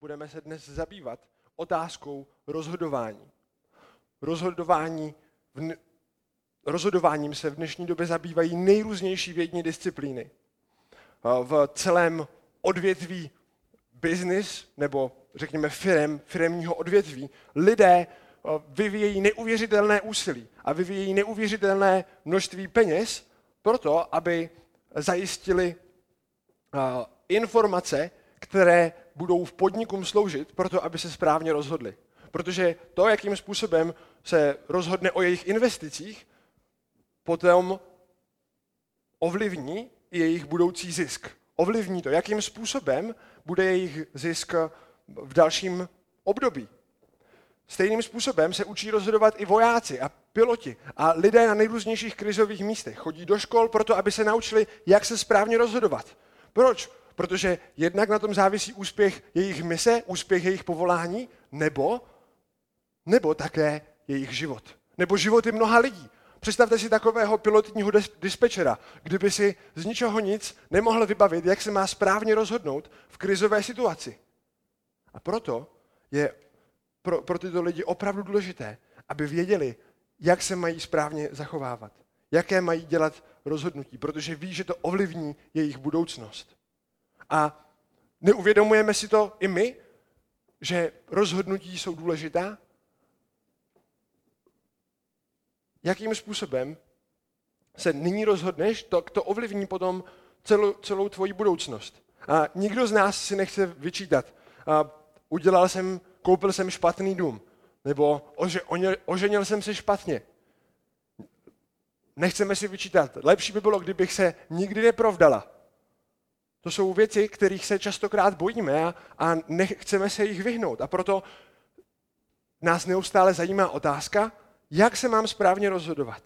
budeme se dnes zabývat otázkou rozhodování. Rozhodováním se v dnešní době zabývají nejrůznější vědní disciplíny. V celém odvětví business, nebo řekněme firemního odvětví, lidé vyvíjejí neuvěřitelné úsilí a vyvíjejí neuvěřitelné množství peněz proto, aby zajistili informace, které budou v podnikům sloužit proto, aby se správně rozhodli. Protože to, jakým způsobem se rozhodne o jejich investicích, potom ovlivní i jejich budoucí zisk. Ovlivní to, jakým způsobem bude jejich zisk v dalším období. Stejným způsobem se učí rozhodovat i vojáci a piloti a lidé na nejrůznějších krizových místech. Chodí do škol proto, aby se naučili, jak se správně rozhodovat. Proč? Protože jednak na tom závisí úspěch jejich mise, úspěch jejich povolání, nebo také jejich život. Nebo životy mnoha lidí. Představte si takového pilotního dispečera, kdyby si z ničeho nic nemohl vybavit, jak se má správně rozhodnout v krizové situaci. A proto je pro tyto lidi opravdu důležité, aby věděli, jak se mají správně zachovávat, jaké mají dělat rozhodnutí, protože ví, že to ovlivní jejich budoucnost. A neuvědomujeme si to i my, že rozhodnutí jsou důležitá? Jakým způsobem se nyní rozhodneš, to ovlivní potom celou tvoji budoucnost. A nikdo z nás si nechce vyčítat. Koupil jsem špatný dům, nebo oženil jsem se špatně. Nechceme si vyčítat. Lepší by bylo, kdybych se nikdy neprovdala. To jsou věci, kterých se častokrát bojíme a nechceme se jich vyhnout. A proto nás neustále zajímá otázka, jak se mám správně rozhodovat.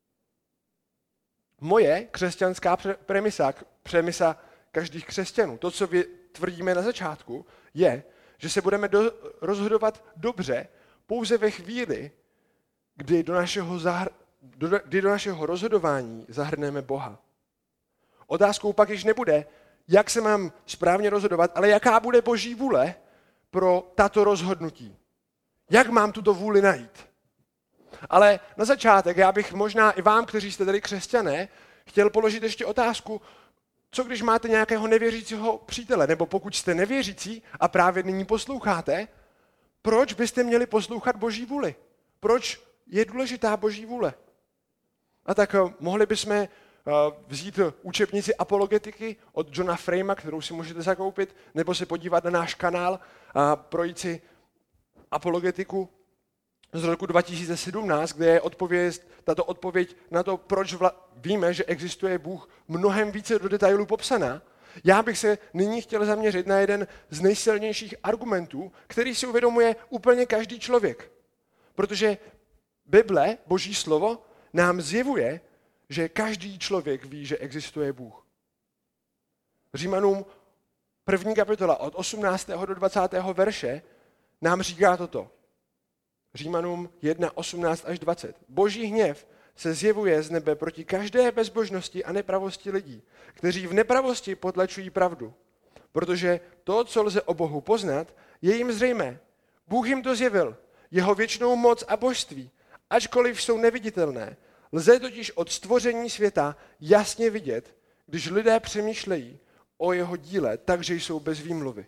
Moje křesťanská premisa každých křesťanů, to, co tvrdíme na začátku, je, že se budeme rozhodovat dobře pouze ve chvíli, kdy do našeho rozhodování zahrneme Boha. Otázkou pak již nebude, jak se mám správně rozhodovat, ale jaká bude Boží vůle pro tato rozhodnutí. Jak mám tuto vůli najít? Ale na začátek já bych možná i vám, kteří jste tady křesťané, chtěl položit ještě otázku, co když máte nějakého nevěřícího přítele, nebo pokud jste nevěřící a právě nyní posloucháte, proč byste měli poslouchat Boží vůli? Proč je důležitá Boží vůle? A tak mohli bychom vzít učebnici apologetiky od Johna Framea, kterou si můžete zakoupit, nebo se podívat na náš kanál a projít si apologetiku z roku 2017, kde je tato odpověď na to, proč víme, že existuje Bůh, mnohem více do detailů popsaná. Já bych se nyní chtěl zaměřit na jeden z nejsilnějších argumentů, který si uvědomuje úplně každý člověk. Protože Bible, Boží slovo, nám zjevuje, že každý člověk ví, že existuje Bůh. Římanům 1. kapitola od 18. do 20. verše nám říká toto. Římanům 1, 18 až 20. Boží hněv se zjevuje z nebe proti každé bezbožnosti a nepravosti lidí, kteří v nepravosti potlačují pravdu. Protože to, co lze o Bohu poznat, je jim zřejmé. Bůh jim to zjevil, jeho věčnou moc a božství, ačkoliv jsou neviditelné. Lze totiž od stvoření světa jasně vidět, když lidé přemýšlejí o jeho díle, takže jsou bez výmluvy.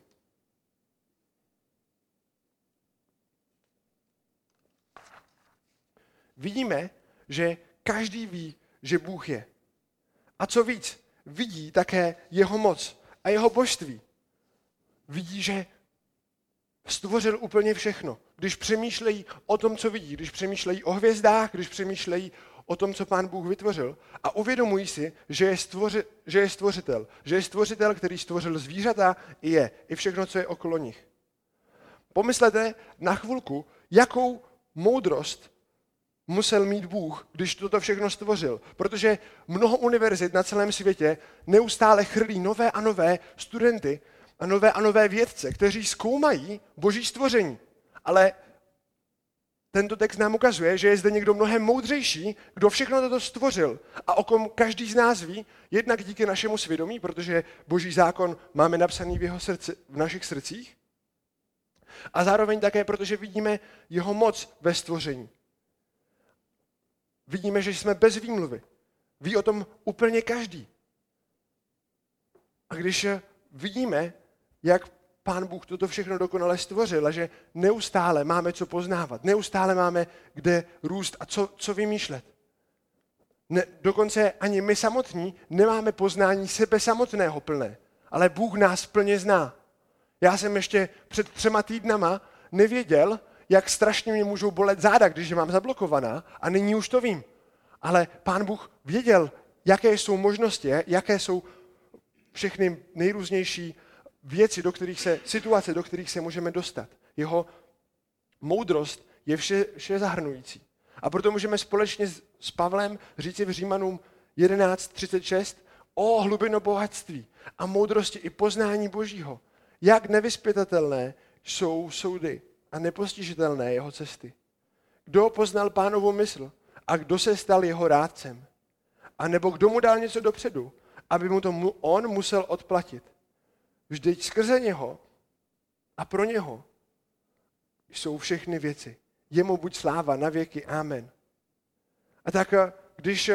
Vidíme, že každý ví, že Bůh je. A co víc, vidí také jeho moc a jeho božství. Vidí, že stvořil úplně všechno. Když přemýšlejí o tom, co vidí, když přemýšlejí o hvězdách, když přemýšlejí o tom, co Pán Bůh vytvořil a uvědomují si, že je stvořitel, který stvořil zvířata i všechno, co je okolo nich. Pomyslete na chvilku, jakou moudrost musel mít Bůh, když toto všechno stvořil. Protože mnoho univerzit na celém světě neustále chrlí nové a nové studenty a nové vědce, kteří zkoumají Boží stvoření. Ale tento text nám ukazuje, že je zde někdo mnohem moudřejší, kdo všechno toto stvořil a o kom každý z nás ví, jednak díky našemu svědomí, protože Boží zákon máme napsaný v našich srdcích, A zároveň také, protože vidíme jeho moc ve stvoření. Vidíme, že jsme bez výmluvy. Ví o tom úplně každý. A když vidíme, jak Pán Bůh toto všechno dokonale stvořil a že neustále máme co poznávat, neustále máme kde růst a co vymýšlet. Dokonce ani my samotní nemáme poznání sebe samotného plné, ale Bůh nás plně zná. Já jsem ještě před 3 týdnama nevěděl, jak strašně mě můžou bolet záda, když je mám zablokovaná, a nyní už to vím. Ale Pán Bůh věděl, jaké jsou možnosti, jaké jsou všechny nejrůznější věci, situace, do kterých se můžeme dostat. Jeho moudrost je vše zahrnující. A proto můžeme společně s Pavlem říci v Římanům 11:36 o hlubino bohatství a moudrosti i poznání Božího. Jak nevyzpytatelné jsou soudy a nepostižitelné jeho cesty. Kdo poznal Pánovu mysl a kdo se stal jeho rádcem? A nebo kdo mu dal něco dopředu, aby mu to on musel odplatit? Vždyť skrze něho a pro něho jsou všechny věci. Jemu buď sláva na věky. Amen. A tak, když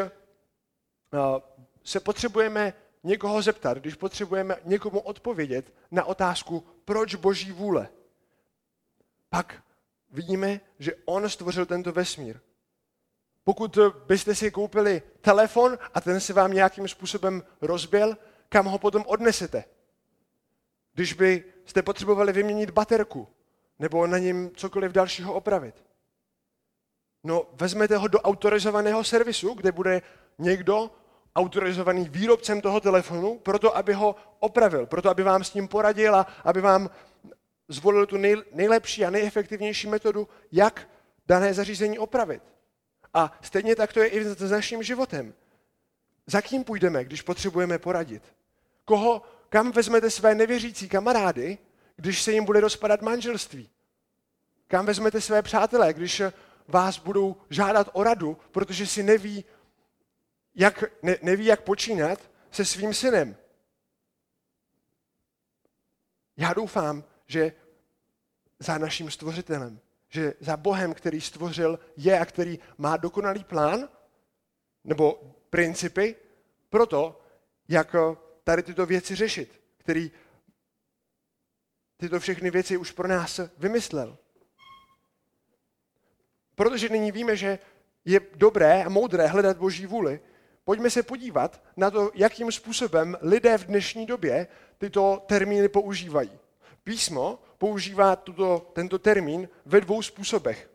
se potřebujeme někoho zeptat, když potřebujeme někomu odpovědět na otázku, proč Boží vůle, pak vidíme, že on stvořil tento vesmír. Pokud byste si koupili telefon a ten se vám nějakým způsobem rozbil, kam ho potom odnesete? Když byste potřebovali vyměnit baterku nebo na něm cokoliv dalšího opravit. No, vezmete ho do autorizovaného servisu, kde bude někdo autorizovaný výrobcem toho telefonu, proto aby ho opravil, proto aby vám s tím poradil a aby vám zvolil tu nejlepší a nejefektivnější metodu, jak dané zařízení opravit. A stejně tak to je i s naším životem. Za kým půjdeme, když potřebujeme poradit? Kam vezmete své nevěřící kamarády, když se jim bude rozpadat manželství? Kam vezmete své přátelé, když vás budou žádat o radu, protože si neví, jak počínat se svým synem? Já doufám, že za naším stvořitelem, že za Bohem, který stvořil je a který má dokonalý plán nebo principy pro to, jak tady tyto věci řešit, který tyto všechny věci už pro nás vymyslel. Protože nyní víme, že je dobré a moudré hledat Boží vůli, pojďme se podívat na to, jakým způsobem lidé v dnešní době tyto termíny používají. Písmo používá tento termín ve 2 způsobech.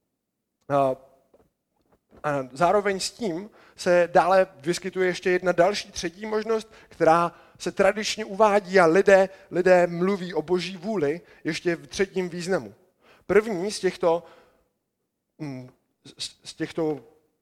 A zároveň s tím se dále vyskytuje ještě jedna další, třetí možnost, která se tradičně uvádí a lidé mluví o Boží vůli ještě v 3. významu. První z těchto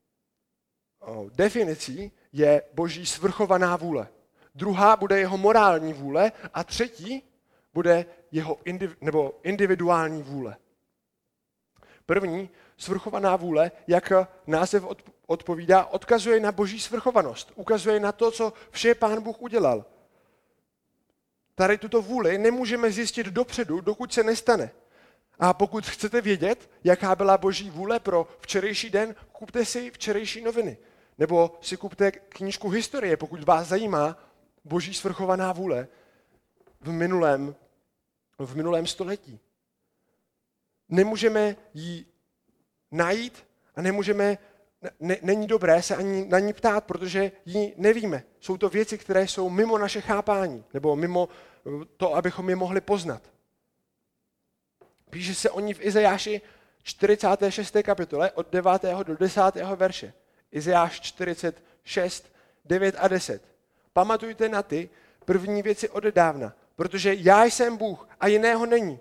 definicí je Boží svrchovaná vůle. Druhá bude jeho morální vůle a třetí bude jeho individuální vůle. První, svrchovaná vůle, jak název odpovídá, odkazuje na Boží svrchovanost. Ukazuje na to, co vše Pán Bůh udělal. Tady tuto vůli nemůžeme zjistit dopředu, dokud se nestane. A pokud chcete vědět, jaká byla Boží vůle pro včerejší den, kupte si včerejší noviny. Nebo si kupte knížku historie, pokud vás zajímá Boží svrchovaná vůle v minulém století. Nemůžeme ji najít a není dobré se ani na ní ptát, protože ji nevíme. Jsou to věci, které jsou mimo naše chápání, nebo mimo to, abychom je mohli poznat. Píše se o ní v Izajáši 46. kapitole od 9. do 10. verše. Izajáš 46, 9 a 10. Pamatujte na ty první věci odedávna, protože já jsem Bůh a jiného není.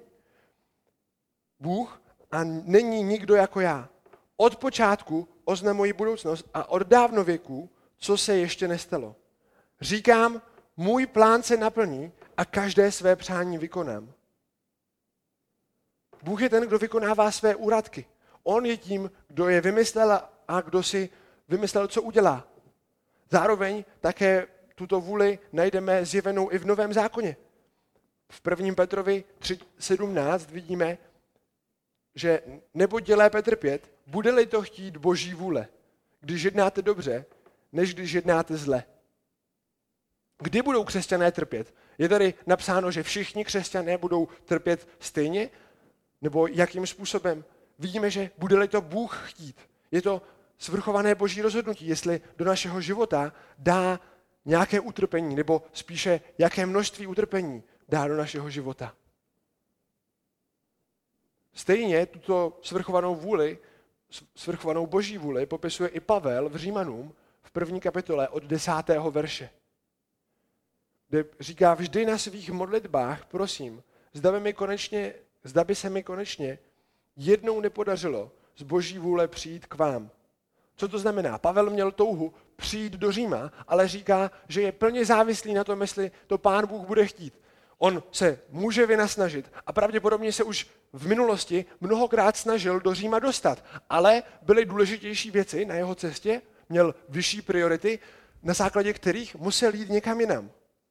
Bůh a není nikdo jako já. Od počátku oznamuji budoucnost a od dávnověku, co se ještě nestalo. Říkám, můj plán se naplní a každé své přání vykonám. Bůh je ten, kdo vykonává své úradky. On je tím, kdo je vymyslel a kdo si vymyslel, co udělá. Zároveň také tuto vůli najdeme zjevenou i v Novém zákoně. v 1. Petrovi 3:17 vidíme, že neboť je lépe trpět, bude-li to chtít Boží vůle, když jednáte dobře, než když jednáte zle. Kdy budou křesťané trpět? Je tady napsáno, že všichni křesťané budou trpět stejně? Nebo jakým způsobem? Vidíme, že bude-li to Bůh chtít. Je to svrchované Boží rozhodnutí, jestli do našeho života dá nějaké utrpení, nebo spíše jaké množství utrpení dá do našeho života. Stejně tuto svrchovanou Boží vůli popisuje i Pavel v Římanům v 1. kapitole od 10. verše, kde říká, vždy na svých modlitbách prosím, zda by se mi konečně jednou nepodařilo z Boží vůle přijít k vám. Co to znamená? Pavel měl touhu přijít do Říma, ale říká, že je plně závislý na tom, jestli to Pán Bůh bude chtít. On se může vynasnažit a pravděpodobně se už v minulosti mnohokrát snažil do Říma dostat, ale byly důležitější věci na jeho cestě, měl vyšší priority, na základě kterých musel jít někam jinam.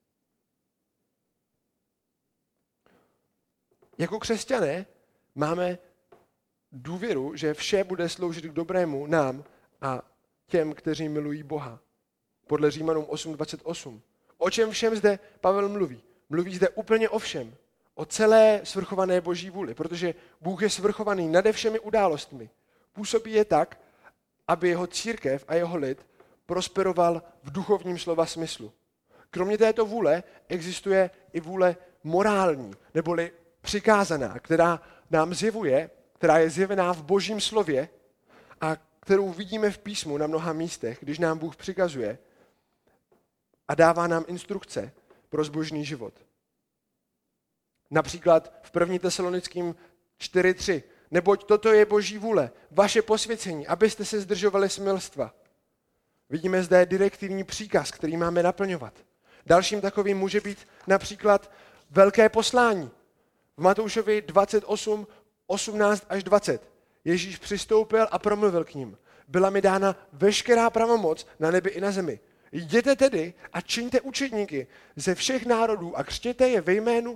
Jako křesťané máme důvěru, že vše bude sloužit k dobrému nám a těm, kteří milují Boha. Podle Římanům 8:28. O čem všem zde Pavel mluví? Mluví zde úplně o všem. O celé svrchované Boží vůli, protože Bůh je svrchovaný nade všemi událostmi. Působí je tak, aby jeho církev a jeho lid prosperoval v duchovním slova smyslu. Kromě této vůle existuje i vůle morální, neboli přikázaná, která nám zjevuje, která je zjevená v Božím slově a kterou vidíme v písmu na mnoha místech, když nám Bůh přikazuje a dává nám instrukce pro zbožný život. Například v 1. Tesalonickým 4:3. Neboť toto je Boží vůle, vaše posvěcení, abyste se zdržovali smilstva. Vidíme zde direktivní příkaz, který máme naplňovat. Dalším takovým může být například velké poslání. V Matoušovi 28:18-20. Ježíš přistoupil a promluvil k nim. Byla mi dána veškerá pravomoc na nebi i na zemi. Jděte tedy a čiňte učedníky ze všech národů a křtěte je ve jméno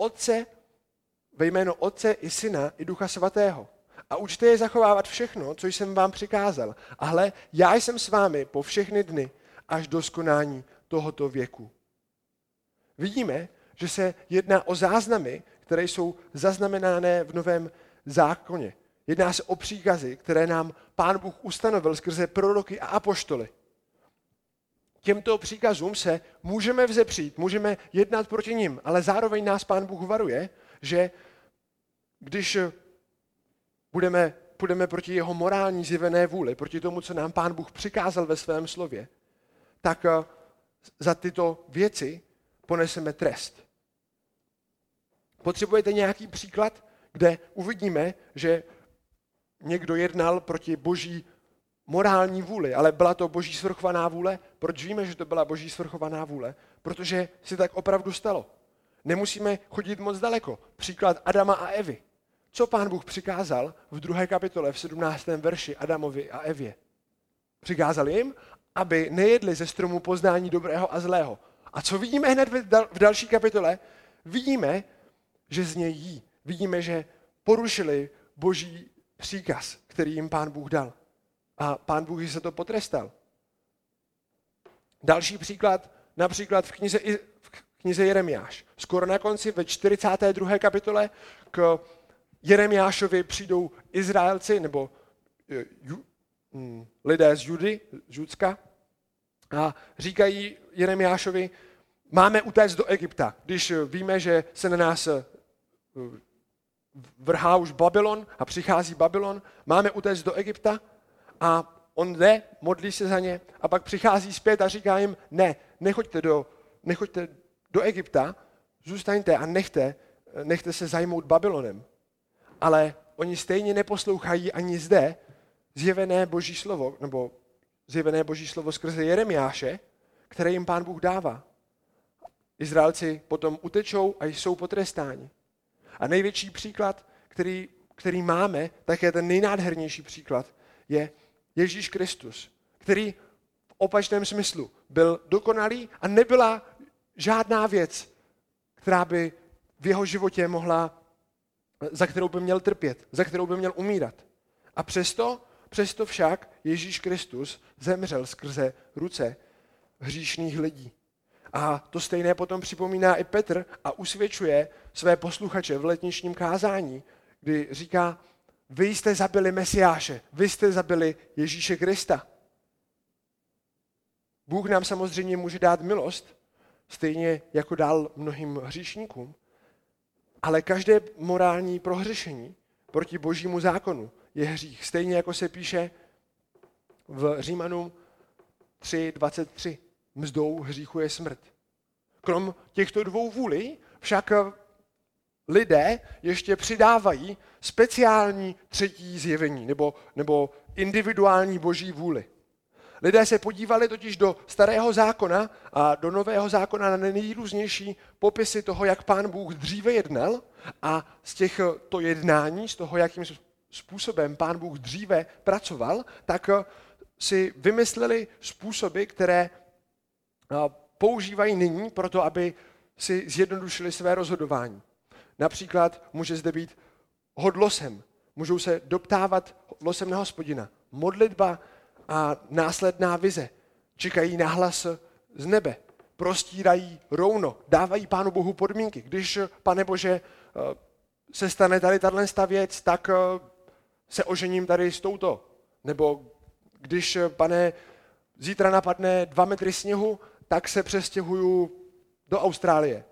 Otce i Syna i Ducha Svatého. A učte je zachovávat všechno, co jsem vám přikázal. A hle, já jsem s vámi po všechny dny až do skonání tohoto věku. Vidíme, že se jedná o záznamy, které jsou zaznamenané v Novém zákoně. Jedná se o příkazy, které nám Pán Bůh ustanovil skrze proroky a apoštoly. Těmto příkazům se můžeme vzepřít, můžeme jednat proti nim, ale zároveň nás Pán Bůh varuje, že když půjdeme proti jeho morální zjevené vůli, proti tomu, co nám Pán Bůh přikázal ve svém slově, tak za tyto věci poneseme trest. Potřebujete nějaký příklad, kde uvidíme, že někdo jednal proti Boží morální vůli, ale byla to Boží svrchovaná vůle? Proč víme, že to byla Boží svrchovaná vůle? Protože si tak opravdu stalo. Nemusíme chodit moc daleko. Příklad Adama a Evy. Co Pán Bůh přikázal v 2. kapitole v 17. verši Adamovi a Evě? Přikázal jim, aby nejedli ze stromu poznání dobrého a zlého. A co vidíme hned v další kapitole? Vidíme, že z něj jí. Vidíme, že porušili Boží příkaz, který jim Pán Bůh dal. A Pán Bůh se to potrestal. Další příklad, například v knize Jeremiáš. Skoro na konci ve 42. kapitole k Jeremiášovi přijdou Izraelci nebo lidé z Judska a říkají Jeremiášovi, máme utéct do Egypta, když víme, že se na nás vrhá už Babylon a přichází Babylon, máme utéct do Egypta a on jde, modlí se za ně a pak přichází zpět a říká jim, ne, nechoďte do Egypta, zůstaňte a nechte se zajmout Babylonem. Ale oni stejně neposlouchají ani zde zjevené Boží slovo skrze Jeremiáše, které jim Pán Bůh dává. Izraelci potom utečou a jsou potrestáni. A největší příklad, který máme, také ten nejnádhernější příklad, je Ježíš Kristus, který v opačném smyslu byl dokonalý a nebyla žádná věc, která by v jeho životě za kterou by měl trpět, za kterou by měl umírat. A přesto však Ježíš Kristus zemřel skrze ruce hříšných lidí. A to stejné potom připomíná i Petr a usvědčuje své posluchače v letničním kázání, kdy říká, vy jste zabili Mesiáše, vy jste zabili Ježíše Krista. Bůh nám samozřejmě může dát milost, stejně jako dal mnohým hříšníkům, ale každé morální prohřešení proti božímu zákonu je hřích. Stejně jako se píše v Římanům 3:23. Mzdou hříchu je smrt. Krom těchto dvou vůlí však lidé ještě přidávají speciální třetí zjevení nebo individuální boží vůli. Lidé se podívali totiž do starého zákona a do nového zákona na nejrůznější popisy toho, jak Pán Bůh dříve jednal a z těchto jednání, z toho, jakým způsobem Pán Bůh dříve pracoval, tak si vymysleli způsoby, které používají nyní proto, aby si zjednodušili své rozhodování. Například může zde být hod losem. Můžou se doptávat losem na Hospodina. Modlitba a následná vize. Čekají na hlas z nebe. Prostírají rouno. Dávají Pánu Bohu podmínky. Když, Pane Bože, se stane tady tato věc, tak se ožením tady s touto. Nebo když, Pane, zítra napadne 2 metry sněhu, tak se přestěhuju do Austrálie.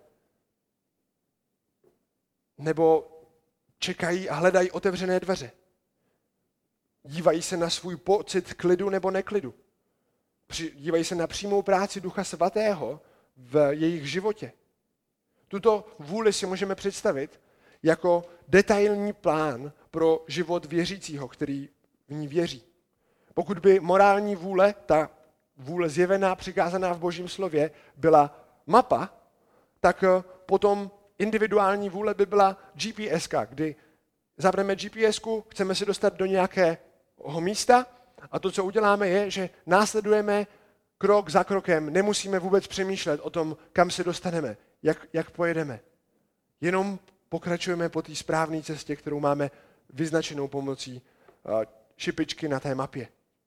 Nebo čekají a hledají otevřené dveře. Dívají se na svůj pocit klidu nebo neklidu. Dívají se na přímou práci Ducha Svatého v jejich životě. Tuto vůli si můžeme představit jako detailní plán pro život věřícího, který v ní věří. Pokud by morální vůle, ta vůle zjevená, přikázaná v Božím slově, byla mapa, tak potom individuální vůle by byla GPS-ka, kdy zapneme GPS-ku, chceme se dostat do nějakého místa a to, co uděláme, je, že následujeme krok za krokem, nemusíme vůbec přemýšlet o tom, kam se dostaneme, jak pojedeme. Jenom pokračujeme po té správné cestě, kterou máme vyznačenou pomocí šipičky na té mapě.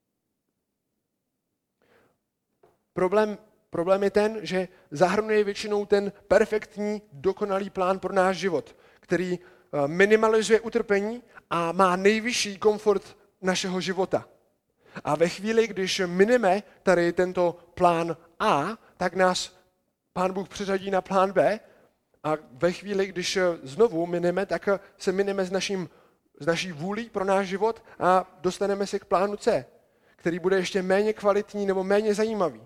Problém je ten, že zahrnuje většinou ten perfektní, dokonalý plán pro náš život, který minimalizuje utrpení a má nejvyšší komfort našeho života. A ve chvíli, když mineme tady tento plán A, tak nás Pán Bůh přeřadí na plán B a ve chvíli, když znovu mineme, tak se mineme s naší vůlí pro náš život a dostaneme se k plánu C, který bude ještě méně kvalitní nebo méně zajímavý.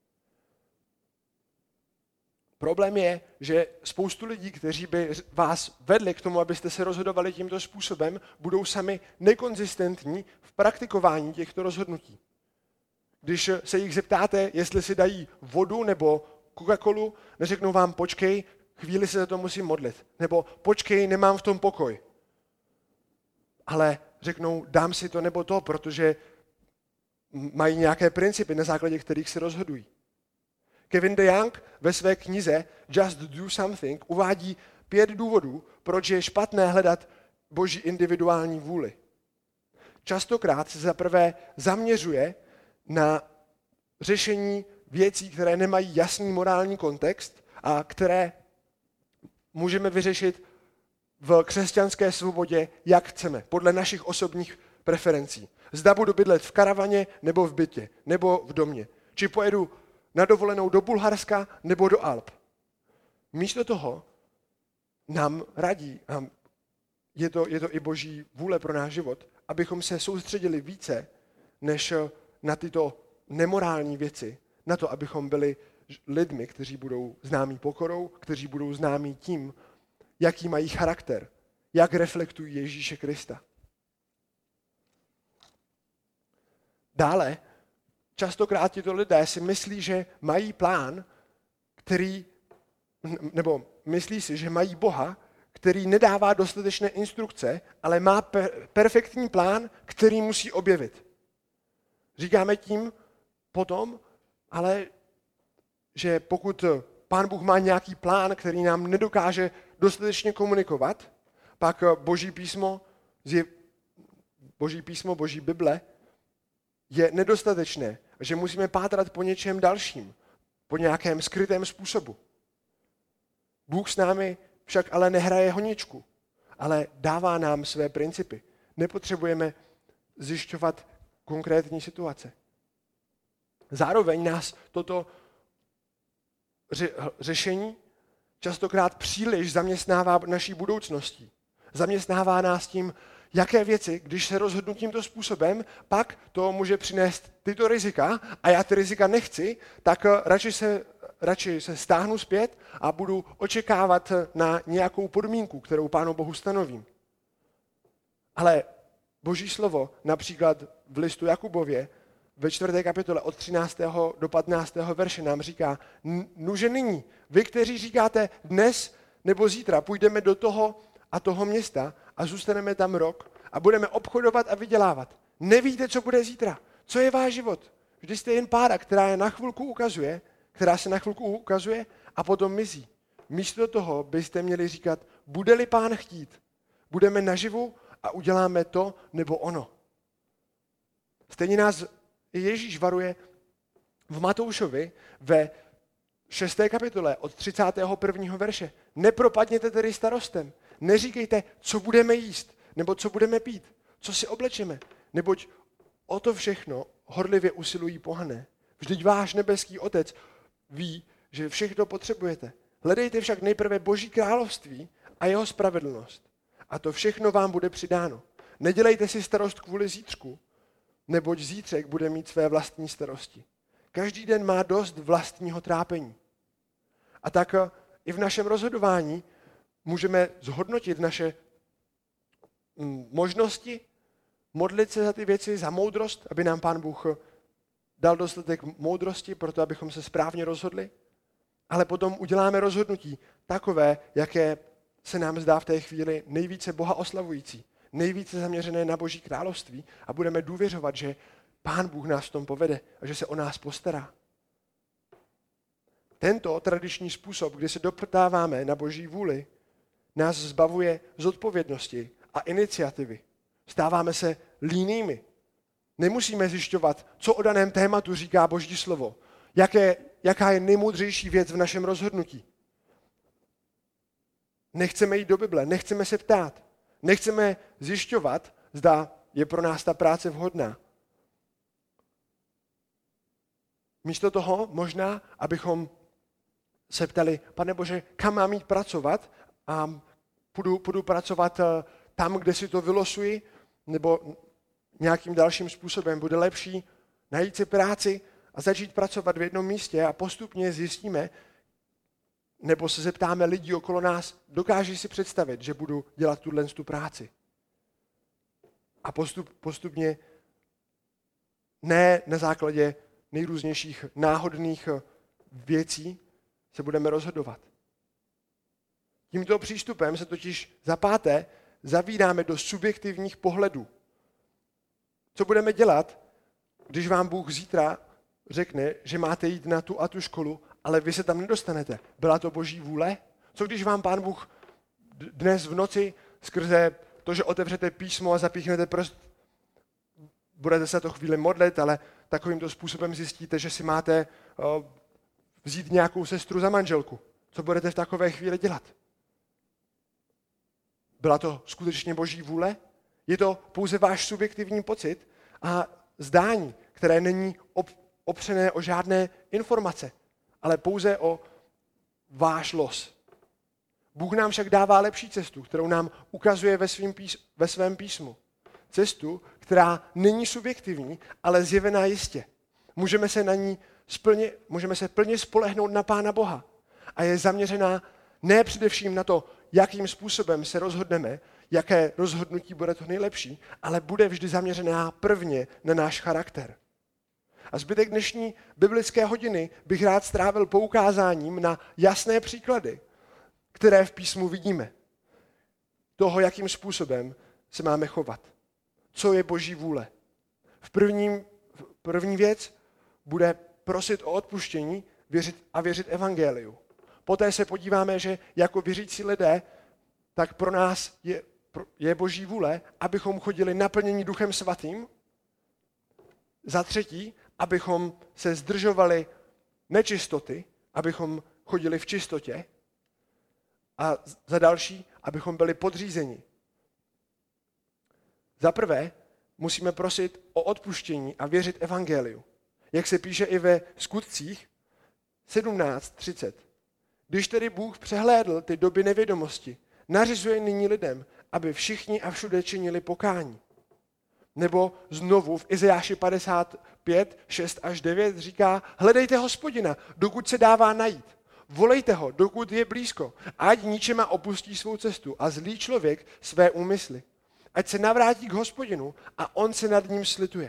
Problém je, že spoustu lidí, kteří by vás vedli k tomu, abyste se rozhodovali tímto způsobem, budou sami nekonzistentní v praktikování těchto rozhodnutí. Když se jich zeptáte, jestli si dají vodu nebo Coca-Colu, neřeknou vám počkej, chvíli se za to musím modlit. Nebo počkej, nemám v tom pokoj. Ale řeknou, dám si to nebo to, protože mají nějaké principy, na základě kterých se rozhodují. Kevin DeYoung ve své knize Just Do Something uvádí 5 důvodů, proč je špatné hledat Boží individuální vůli. Častokrát se zaprvé zaměřuje na řešení věcí, které nemají jasný morální kontext a které můžeme vyřešit v křesťanské svobodě, jak chceme, podle našich osobních preferencí. Zda budu bydlet v karavaně, nebo v bytě, nebo v domě. Či pojedu na dovolenou do Bulharska nebo do Alp. Místo toho nám radí, a je to i Boží vůle pro náš život, abychom se soustředili více než na tyto nemorální věci, na to, abychom byli lidmi, kteří budou známí pokorou, kteří budou známí tím, jaký mají charakter, jak reflektují Ježíše Krista. Dále, častokrát tito lidé si myslí, že mají plán, nebo myslí si, že mají Boha, který nedává dostatečné instrukce, ale má perfektní plán, který musí objevit. Říkáme tím potom, ale že pokud Pán Bůh má nějaký plán, který nám nedokáže dostatečně komunikovat, pak Boží Bible je nedostatečné, že musíme pátrat po něčem dalším, po nějakém skrytém způsobu. Bůh s námi však ale nehraje honičku, ale dává nám své principy. Nepotřebujeme zjišťovat konkrétní situace. Zároveň nás toto řešení častokrát příliš zaměstnává naší budoucností. Zaměstnává nás tím, jaké věci, když se rozhodnu tímto způsobem, pak to může přinést tyto rizika a já ty rizika nechci, tak radši se stáhnu zpět a budu očekávat na nějakou podmínku, kterou Pánu Bohu stanovím. Ale Boží slovo, například v listu Jakubově, ve 4. kapitole od 13. do 15. verše nám říká, nuže nyní, vy, kteří říkáte dnes nebo zítra půjdeme do toho a toho města a zůstaneme tam rok a budeme obchodovat a vydělávat. Nevíte, co bude zítra. Co je váš život? Vždy jste jen pára, která se na chvilku ukazuje a potom mizí. Místo toho byste měli říkat, bude-li Pán chtít, budeme naživu a uděláme to nebo ono. Stejně nás Ježíš varuje v Matoušovi ve 6. kapitole od 31. verše. Nepropadněte tedy starostem. Neříkejte, co budeme jíst, nebo co budeme pít, co si oblečeme, neboť o to všechno horlivě usilují pohané. Vždyť váš nebeský Otec ví, že všechno potřebujete. Hledejte však nejprve Boží království a jeho spravedlnost. A to všechno vám bude přidáno. Nedělejte si starost kvůli zítřku, neboť zítřek bude mít své vlastní starosti. Každý den má dost vlastního trápení. A tak i v našem rozhodování můžeme zhodnotit naše možnosti, modlit se za ty věci, za moudrost, aby nám Pán Bůh dal dostatek moudrosti pro to, abychom se správně rozhodli, ale potom uděláme rozhodnutí takové, jaké se nám zdá v té chvíli nejvíce Boha oslavující, nejvíce zaměřené na Boží království a budeme důvěřovat, že Pán Bůh nás v tom povede a že se o nás postará. Tento tradiční způsob, kdy se doptáváme na Boží vůli, nás zbavuje zodpovědnosti a iniciativy. Stáváme se línými. Nemusíme zjišťovat, co o daném tématu říká Boží slovo, jaká je nejmoudřejší věc v našem rozhodnutí. Nechceme jít do Bible, nechceme se ptát, nechceme zjišťovat, zda je pro nás ta práce vhodná. Místo toho možná, abychom se ptali, Pane Bože, kam mám jít pracovat a půjdu pracovat tam, kde si to vylosuji, nebo nějakým dalším způsobem bude lepší najít si práci a začít pracovat v jednom místě a postupně zjistíme, nebo se zeptáme lidí okolo nás, dokáží si představit, že budu dělat tu práci. A postupně ne na základě nejrůznějších náhodných věcí se budeme rozhodovat. Tímto přístupem se totiž za páté zavíráme do subjektivních pohledů. Co budeme dělat, když vám Bůh zítra řekne, že máte jít na tu a tu školu, ale vy se tam nedostanete? Byla to Boží vůle? Co když vám Pán Bůh dnes v noci skrze to, že otevřete písmo a zapíchnete prst, budete se to chvíli modlit, ale takovýmto způsobem zjistíte, že si máte vzít nějakou sestru za manželku. Co budete v takové chvíli dělat? Byla to skutečně Boží vůle? Je to pouze váš subjektivní pocit a zdání, které není opřené o žádné informace, ale pouze o váš los. Bůh nám však dává lepší cestu, kterou nám ukazuje ve svém písmu. Cestu, která není subjektivní, ale zjevená jistě. Můžeme se plně spolehnout na Pána Boha a je zaměřená ne především na to, jakým způsobem se rozhodneme, jaké rozhodnutí bude to nejlepší, ale bude vždy zaměřená prvně na náš charakter. A zbytek dnešní biblické hodiny bych rád strávil poukázáním na jasné příklady, které v písmu vidíme. Toho, jakým způsobem se máme chovat. Co je Boží vůle. První věc bude prosit o odpuštění věřit evangeliu. Poté se podíváme, že jako věřící lidé, tak pro nás je Boží vůle, abychom chodili naplnění Duchem Svatým. Za třetí, abychom se zdržovali nečistoty, abychom chodili v čistotě. A za další, abychom byli podřízeni. Za prvé, musíme prosit o odpuštění a věřit evangeliu. Jak se píše i ve Skutcích 17:30. Když tedy Bůh přehlédl ty doby nevědomosti, nařizuje nyní lidem, aby všichni a všude činili pokání. Nebo znovu v Izajáši 55, 6 až 9 říká, hledejte Hospodina, dokud se dává najít. Volejte ho, dokud je blízko. Ať ničema opustí svou cestu a zlý člověk své úmysly. Ať se navrátí k Hospodinu a on se nad ním slituje.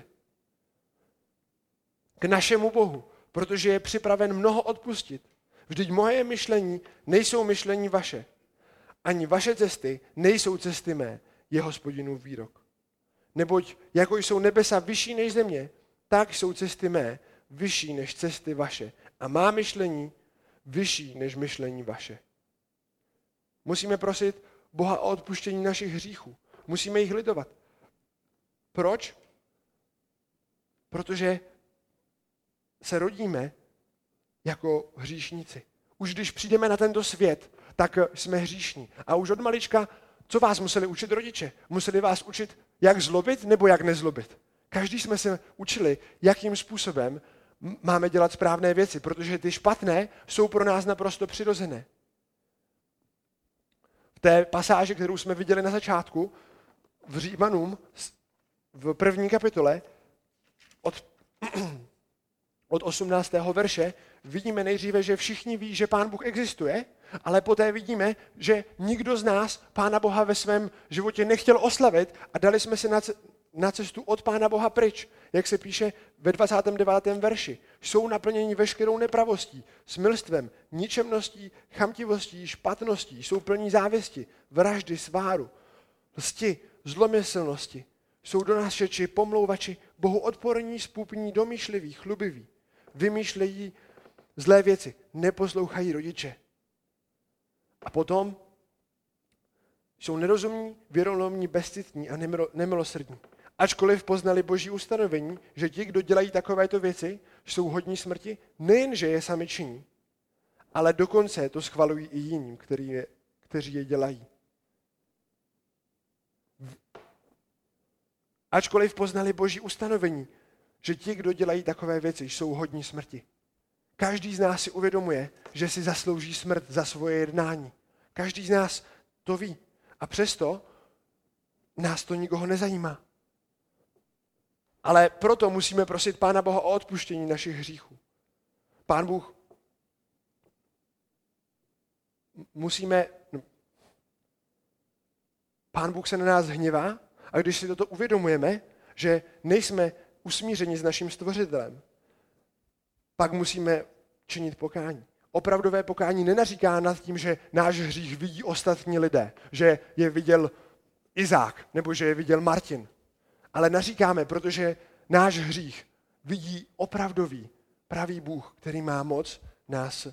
K našemu Bohu, protože je připraven mnoho odpustit. Vždyť moje myšlení nejsou myšlení vaše. Ani vaše cesty nejsou cesty mé, je Hospodinův výrok. Neboť jako jsou nebesa vyšší než země, tak jsou cesty mé vyšší než cesty vaše. A má myšlení vyšší než myšlení vaše. Musíme prosit Boha o odpuštění našich hříchů. Musíme jich litovat. Proč? Protože se rodíme jako hříšníci. Už když přijdeme na tento svět, tak jsme hříšní. A už od malička, co vás museli učit rodiče? Museli vás učit, jak zlobit nebo jak nezlobit. Každý jsme se učili, jakým způsobem máme dělat správné věci, protože ty špatné jsou pro nás naprosto přirozené. V té pasáži, kterou jsme viděli na začátku, v Římanům, v 1. kapitole, od 18. verše, vidíme nejdříve, že všichni ví, že Pán Bůh existuje, ale poté vidíme, že nikdo z nás Pána Boha ve svém životě nechtěl oslavit a dali jsme se na cestu od Pána Boha pryč. Jak se píše ve 29. verši. Jsou naplněni veškerou nepravostí, smilstvem, ničemností, chamtivostí, špatností, jsou plní závisti, vraždy, sváru, lsti, zlomyslnosti. Jsou donášeči, pomlouvači, Bohu odporní, spupní, domýšliví, chlubiví. Vymýšlejí zlé věci, neposlouchají rodiče. A potom jsou nerozumní, věrolomní, bezcitní a nemilosrdní. Ačkoliv poznali Boží ustanovení, že ti, kdo dělají takovéto věci, jsou hodní smrti, nejenže je sami činí, ale dokonce to schvalují i jiným, kteří je dělají. Ačkoliv poznali Boží ustanovení, že ti, kdo dělají takové věci, jsou hodní smrti. Každý z nás si uvědomuje, že si zaslouží smrt za svoje jednání. Každý z nás to ví. A přesto nás to nikoho nezajímá. Ale proto musíme prosit Pána Boha o odpuštění našich hříchů. Pán Bůh se na nás hněvá a když si toto uvědomujeme, že nejsme usmířeni s naším Stvořitelem, pak musíme činit pokání. Opravdové pokání nenaříká nad tím, že náš hřích vidí ostatní lidé, že je viděl Izák nebo že je viděl Martin. Ale naříkáme, protože náš hřích vidí opravdový, pravý Bůh, který má moc nás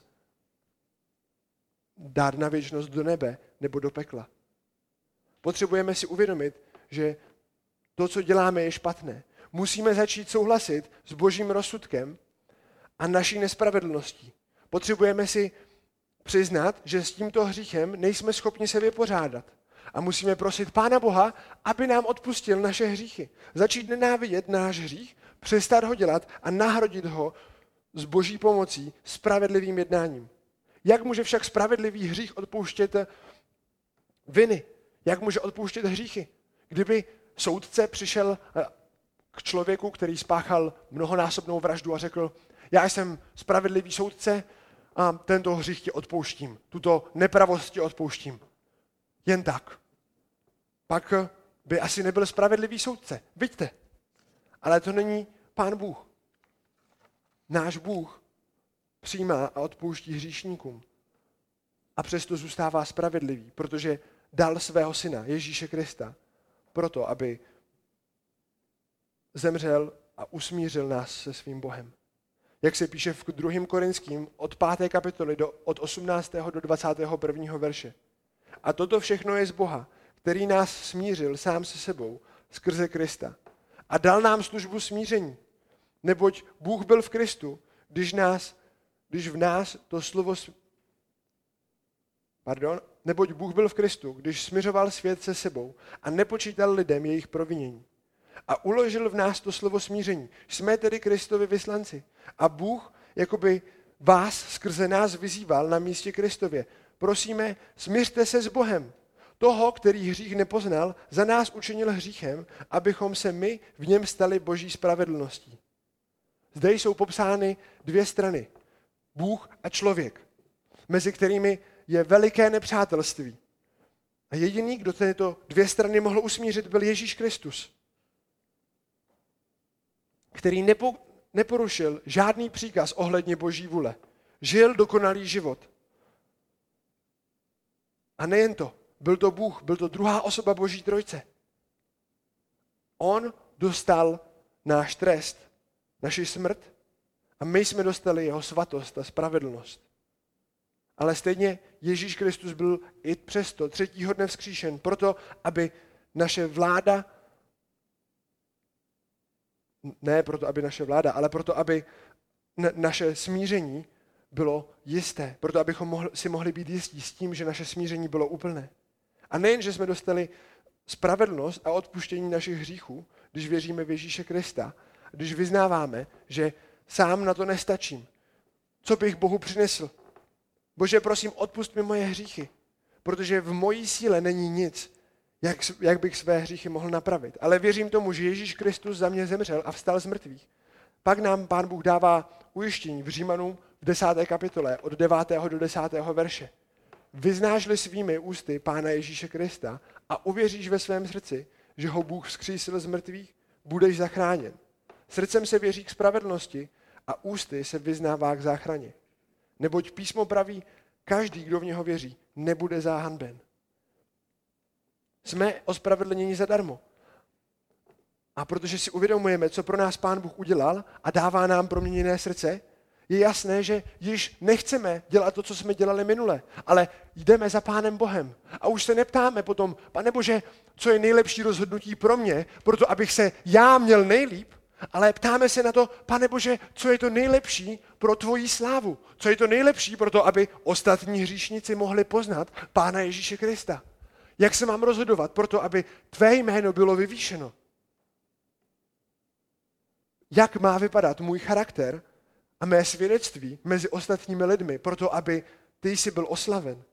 dát na věčnost do nebe nebo do pekla. Potřebujeme si uvědomit, že to, co děláme, je špatné. Musíme začít souhlasit s Božím rozsudkem a naší nespravedlností. Potřebujeme si přiznat, že s tímto hříchem nejsme schopni se vypořádat. A musíme prosit Pána Boha, aby nám odpustil naše hříchy. Začít nenávidět náš hřích, přestat ho dělat a nahradit ho s Boží pomocí spravedlivým jednáním. Jak může však spravedlivý hřích odpouštět viny? Jak může odpouštět hříchy? Kdyby soudce přišel k člověku, který spáchal mnohonásobnou vraždu a řekl, já jsem spravedlivý soudce a tento hřích ti odpouštím, tuto nepravost ti odpouštím. Jen tak. Pak by asi nebyl spravedlivý soudce. Vidíte. Ale to není Pán Bůh. Náš Bůh přijímá a odpouští hříšníkům. A přesto zůstává spravedlivý, protože dal svého syna, Ježíše Krista, proto, aby zemřel a usmířil nás se svým Bohem. Jak se píše v 2. Korinským od 5. kapitoly od 18. do 21. verše. A toto všechno je z Boha, který nás smířil sám se sebou skrze Krista a dal nám službu smíření. Neboť Bůh byl v Kristu, neboť Bůh byl v Kristu, když smiřoval svět se sebou a nepočítal lidem jejich provinění. A uložil v nás to slovo smíření. Jsme tedy Kristovi vyslanci. A Bůh jakoby vás skrze nás vyzýval na místě Kristově. Prosíme, smiřte se s Bohem. Toho, který hřích nepoznal, za nás učinil hříchem, abychom se my v něm stali Boží spravedlností. Zde jsou popsány dvě strany. Bůh a člověk, mezi kterými je veliké nepřátelství. A jediný, kdo tyto dvě strany mohl usmířit, byl Ježíš Kristus, který neporušil žádný příkaz ohledně Boží vůle. Žil dokonalý život. A nejen to, byl to Bůh, byl to druhá osoba Boží trojice. On dostal náš trest, naši smrt, a my jsme dostali jeho svatost a spravedlnost. Ale stejně Ježíš Kristus byl i přesto třetího dne vzkříšen, proto aby naše vláda, ne proto, aby naše vláda, ale proto, aby naše smíření bylo jisté, proto abychom si mohli být jistí s tím, že naše smíření bylo úplné. A nejen, že jsme dostali spravedlnost a odpuštění našich hříchů, když věříme v Ježíše Krista, když vyznáváme, že sám na to nestačím. Co bych Bohu přinesl? Bože, prosím, odpusť mi moje hříchy, protože v mojí síle není nic, jak bych své hříchy mohl napravit. Ale věřím tomu, že Ježíš Kristus za mě zemřel a vstal z mrtvých. Pak nám Pán Bůh dává ujištění v Římanům v 10. kapitole od 9. do 10. verše. Vyznáš-li svými ústy Pána Ježíše Krista a uvěříš ve svém srdci, že ho Bůh vzkřísil z mrtvých, budeš zachráněn. Srdcem se věří k spravedlnosti a ústy se vyznává k záchraně. Neboť písmo praví, každý, kdo v něho věří, nebude záhanben. Jsme ospravedlněni zadarmo. A protože si uvědomujeme, co pro nás Pán Bůh udělal a dává nám proměněné srdce, je jasné, že již nechceme dělat to, co jsme dělali minule, ale jdeme za Pánem Bohem. A už se neptáme potom, Pane Bože, co je nejlepší rozhodnutí pro mě, proto abych se já měl nejlíp, ale ptáme se na to, Pane Bože, co je to nejlepší pro tvoji slávu, co je to nejlepší pro to, aby ostatní hříšníci mohli poznat Pána Ježíše Krista. Jak se mám rozhodovat pro to, aby tvé jméno bylo vyvýšeno? Jak má vypadat můj charakter a mé svědectví mezi ostatními lidmi, proto aby ty jsi byl oslaven?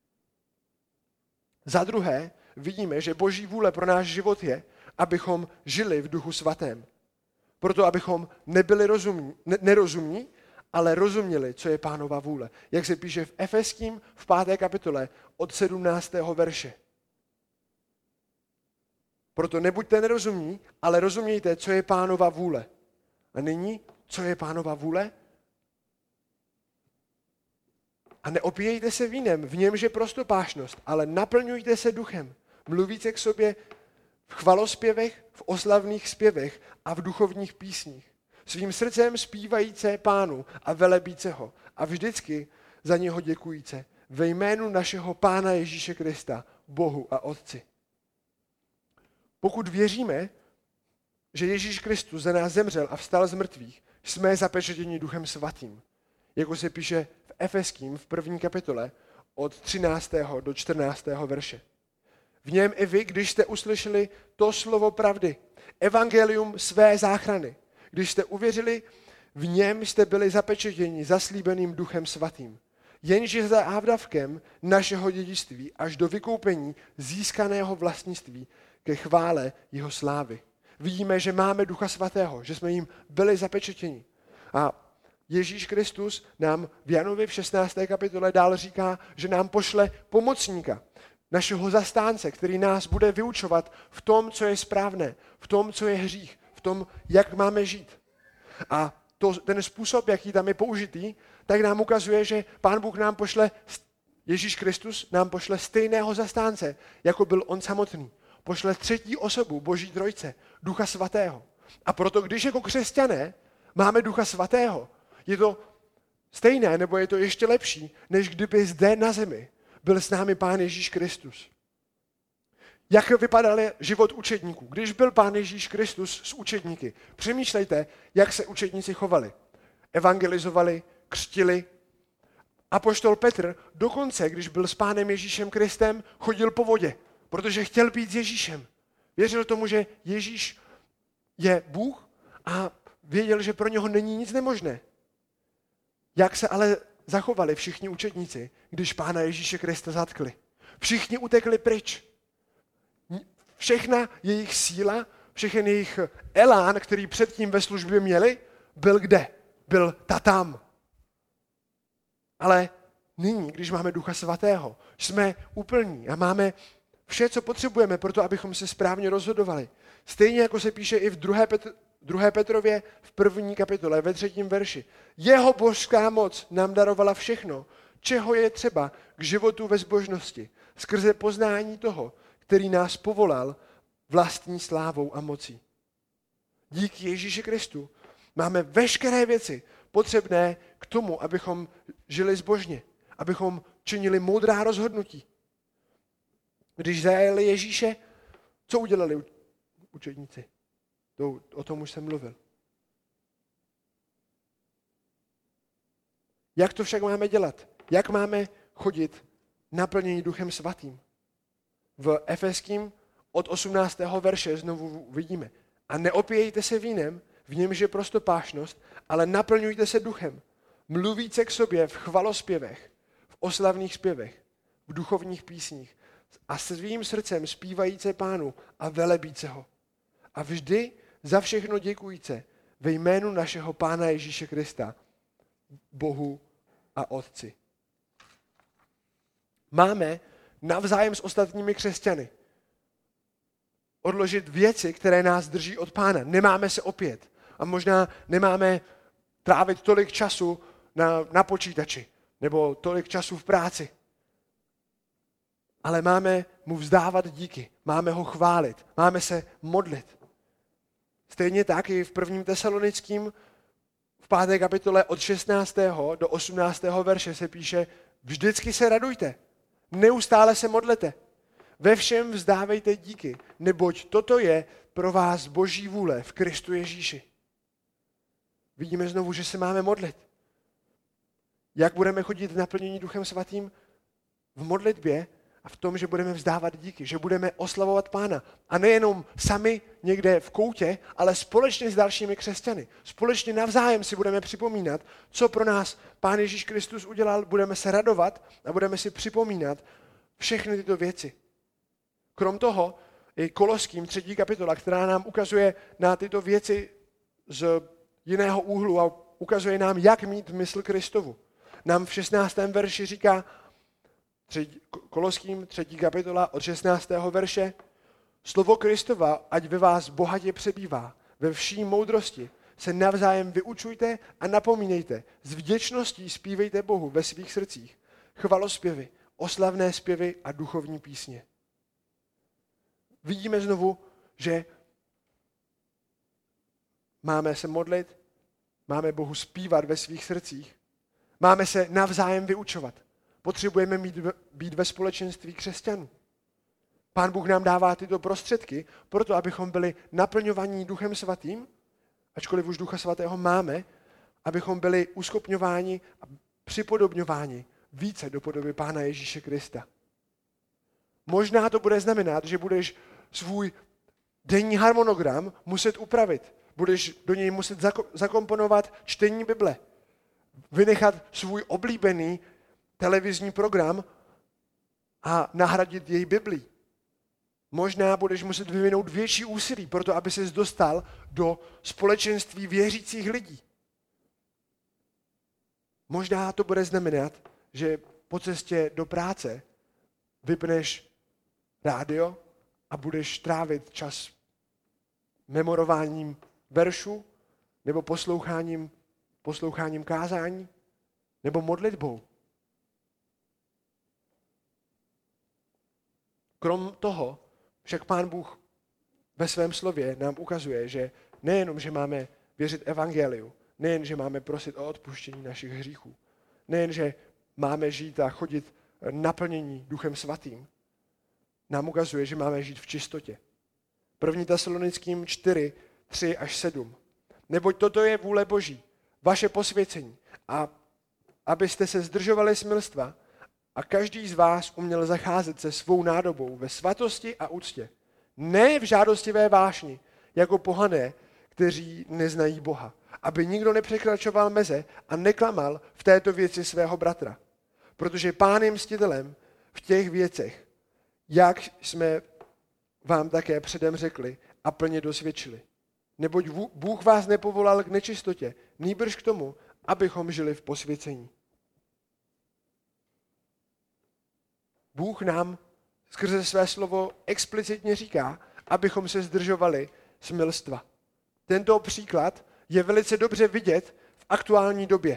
Za druhé, vidíme, že Boží vůle pro náš život je, abychom žili v Duchu Svatém. Proto abychom nebyli nerozumní, ale rozuměli, co je Pánova vůle. Jak se píše v Efeským v 5. kapitole od 17. verše. Proto nebuďte nerozumní, ale rozumějte, co je Pánova vůle. A nyní, co je Pánova vůle? A neopíjejte se vínem, v němž je prostopášnost, ale naplňujte se duchem. Mluvíte k sobě v chvalospěvech, v oslavných zpěvech a v duchovních písních. Svým srdcem zpívajíce Pánu a velebíce ho a vždycky za něho děkujíce ve jménu našeho Pána Ježíše Krista, Bohu a Otci. Pokud věříme, že Ježíš Kristus za nás zemřel a vstal z mrtvých, jsme zapečetěni Duchem Svatým. Jako se píše v Efeským v 1. kapitole od 13. do 14. verše. V něm i vy, když jste uslyšeli to slovo pravdy, evangelium své záchrany, když jste uvěřili, v něm jste byli zapečetěni zaslíbeným Duchem Svatým. Jenže za ávdavkem našeho dědictví až do vykoupení získaného vlastnictví ke chvále jeho slávy. Vidíme, že máme Ducha Svatého, že jsme jim byli zapečetěni. A Ježíš Kristus nám v Janově v 16. kapitole dál říká, že nám pošle pomocníka, našeho zastánce, který nás bude vyučovat v tom, co je správné, v tom, co je hřích, v tom, jak máme žít. A ten způsob, jaký tam je použitý, tak nám ukazuje, že Pán Bůh nám pošle, Ježíš Kristus nám pošle stejného zastánce, jako byl on samotný. Pošle třetí osobu Boží trojce, Ducha Svatého. A proto, když jako křesťané máme Ducha Svatého, Je to stejné, nebo je to ještě lepší, než kdyby zde na zemi byl s námi Pán Ježíš Kristus. Jak vypadal život učedníků? Když byl Pán Ježíš Kristus s učedníky, přemýšlejte, jak se učedníci chovali. Evangelizovali, křtili. Apoštol Petr dokonce, když byl s Pánem Ježíšem Kristem, chodil po vodě, protože chtěl být s Ježíšem. Věřil tomu, že Ježíš je Bůh a věděl, že pro něho není nic nemožné. Jak se ale zachovali všichni učedníci, když Pána Ježíše Krista zatkli? Všichni utekli pryč. Všechna jejich síla, všechny jejich elán, který předtím ve službě měli, byl kde? Byl tam. Ale nyní, když máme Ducha Svatého, jsme úplní a máme vše, co potřebujeme pro to, abychom se správně rozhodovali. Stejně jako se píše i v 2. Petrově v 1. kapitole, ve 3. verši. Jeho božská moc nám darovala všechno, čeho je třeba k životu ve zbožnosti, skrze poznání toho, který nás povolal vlastní slávou a mocí. Díky Ježíši Kristu máme veškeré věci potřebné k tomu, abychom žili zbožně, abychom činili moudrá rozhodnutí. Když zajeli Ježíše, co udělali učedníci? O tom už jsem mluvil. Jak to však máme dělat? Jak máme chodit naplnění Duchem Svatým? V Efeským od 18. verše znovu vidíme. A neopijejte se vínem, v němž je prostopášnost, ale naplňujte se duchem. Mluvíce k sobě v chvalospěvech, v oslavných zpěvech, v duchovních písních a svým srdcem zpívajíce Pánu a velebíce ho. A vždy za všechno děkujíce ve jménu našeho Pána Ježíše Krista, Bohu a Otci. Máme navzájem s ostatními křesťany odložit věci, které nás drží od Pána. Nemáme se opět. A možná nemáme trávit tolik času na počítači nebo tolik času v práci. Ale máme mu vzdávat díky. Máme ho chválit. Máme se modlit. Stejně tak i v 1. Tesalonickým v 5. kapitole od 16. do 18. verše se píše: vždycky se radujte, neustále se modlete, ve všem vzdávejte díky, neboť toto je pro vás Boží vůle v Kristu Ježíši. Vidíme znovu, že se máme modlit. Jak budeme chodit v naplnění Duchem Svatým? V modlitbě a v tom, že budeme vzdávat díky, že budeme oslavovat Pána. A nejenom sami někde v koutě, ale společně s dalšími křesťany. Společně navzájem si budeme připomínat, co pro nás Pán Ježíš Kristus udělal. Budeme se radovat a budeme si připomínat všechny tyto věci. Krom toho i Koloským 3. kapitola, která nám ukazuje na tyto věci z jiného úhlu a ukazuje nám, jak mít mysl Kristovu. Nám v 16. verši říká, Koloským 3. kapitola od 16. verše: slovo Kristova, ať ve vás bohatě přebývá, ve vší moudrosti se navzájem vyučujte a napomínejte, s vděčností zpívejte Bohu ve svých srdcích, chvalospěvy, oslavné zpěvy a duchovní písně. Vidíme znovu, že máme se modlit, máme Bohu zpívat ve svých srdcích, máme se navzájem vyučovat. Potřebujeme být ve společenství křesťanů. Pán Bůh nám dává tyto prostředky proto, abychom byli naplňovaní Duchem Svatým, ačkoliv už Ducha Svatého máme, abychom byli uschopňováni a připodobňováni více do podoby Pána Ježíše Krista. Možná to bude znamenat, že budeš svůj denní harmonogram muset upravit. Budeš do něj muset zakomponovat čtení Bible. Vynechat svůj oblíbený televizní program a nahradit jej Biblí. Možná budeš muset vyvinout větší úsilí pro to, aby ses dostal do společenství věřících lidí. Možná to bude znamenat, že po cestě do práce vypneš rádio a budeš trávit čas memorováním veršů nebo posloucháním kázání nebo modlitbou. Krom toho však Pán Bůh ve svém slově nám ukazuje, že nejenom, že máme věřit evangeliu, Nejen, že máme prosit o odpuštění našich hříchů. Nejen, že máme žít a chodit naplnění Duchem Svatým. Nám ukazuje, že máme žít v čistotě. 1. Tesalonickým 4, 3 až 7. Neboť toto je vůle Boží, vaše posvěcení, a abyste se zdržovali smilstva a každý z vás uměl zacházet se svou nádobou ve svatosti a úctě. Ne v žádostivé vášni, jako pohané, kteří neznají Boha. Aby nikdo nepřekračoval meze a neklamal v této věci svého bratra. Protože Pán je mstitelem v těch věcech, jak jsme vám také předem řekli a plně dosvědčili. Neboť Bůh vás nepovolal k nečistotě, nýbrž k tomu, abychom žili v posvěcení. Bůh nám skrze své slovo explicitně říká, abychom se zdržovali smilstva. Tento příklad je velice dobře vidět v aktuální době.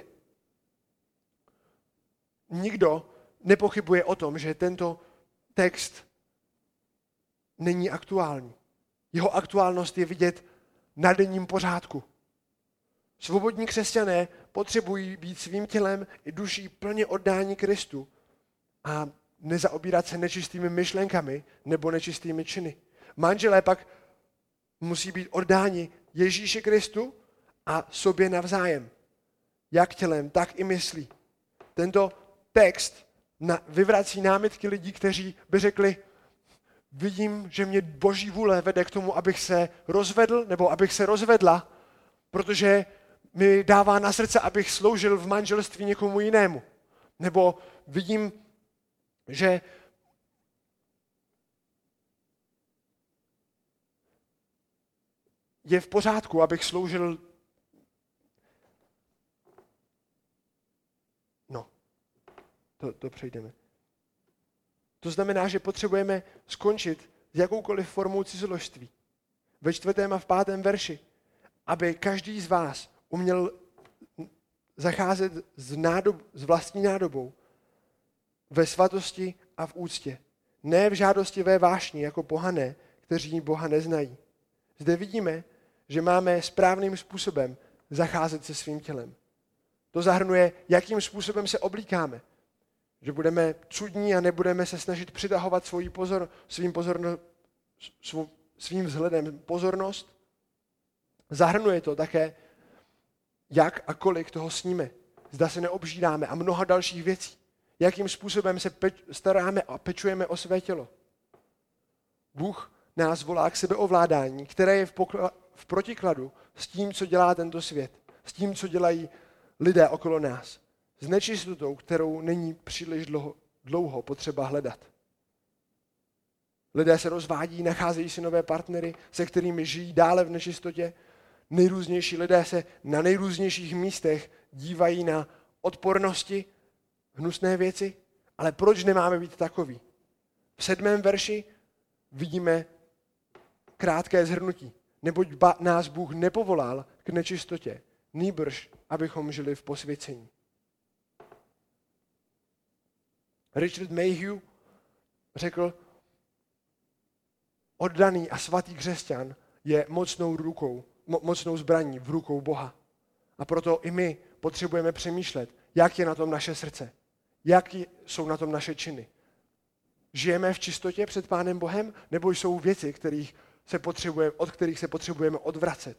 Nikdo nepochybuje o tom, že tento text není aktuální. Jeho aktuálnost je vidět na denním pořádku. Svobodní křesťané potřebují být svým tělem i duší plně oddání Kristu a nezaobírat se nečistými myšlenkami nebo nečistými činy. Manželé pak musí být oddáni Ježíši Kristu a sobě navzájem. Jak tělem, tak i myslí. Tento text vyvrací námitky lidí, kteří by řekli, vidím, že mě Boží vůle vede k tomu, abych se rozvedl nebo abych se rozvedla, protože mi dává na srdce, abych sloužil v manželství někomu jinému. Nebo vidím, že je v pořádku, abych sloužil. No, to přejdeme. To znamená, že potřebujeme skončit s jakoukoliv formou cizoložství. Ve 4. a v 5. verši, aby každý z vás uměl zacházet s vlastní nádobou ve svatosti a v úctě. Ne v žádostivé vášni jako pohané, kteří Boha neznají. Zde vidíme, že máme správným způsobem zacházet se svým tělem. To zahrnuje, jakým způsobem se oblíkáme. Že budeme cudní a nebudeme se snažit přitahovat svým vzhledem pozornost. Zahrnuje to také, jak a kolik toho sníme. Zda se neobžíráme a mnoha dalších věcí. Jakým způsobem se staráme a pečujeme o své tělo. Bůh nás volá k sebeovládání, které je v protikladu s tím, co dělá tento svět. S tím, co dělají lidé okolo nás. S nečistotou, kterou není příliš dlouho potřeba hledat. Lidé se rozvádí, nacházejí si nové partnery, se kterými žijí dále v nečistotě. Nejrůznější lidé se na nejrůznějších místech dívají na odpornosti, hnusné věci, ale proč nemáme být takoví? V 7. verši vidíme krátké shrnutí. Neboť nás Bůh nepovolal k nečistotě, nýbrž, abychom žili v posvěcení. Richard Mayhew řekl, oddaný a svatý křesťan je mocnou zbraní v rukou Boha. A proto i my potřebujeme přemýšlet, jak je na tom naše srdce, jak jsou na tom naše činy. Žijeme v čistotě před Pánem Bohem, nebo jsou věci, od kterých se potřebujeme odvracet?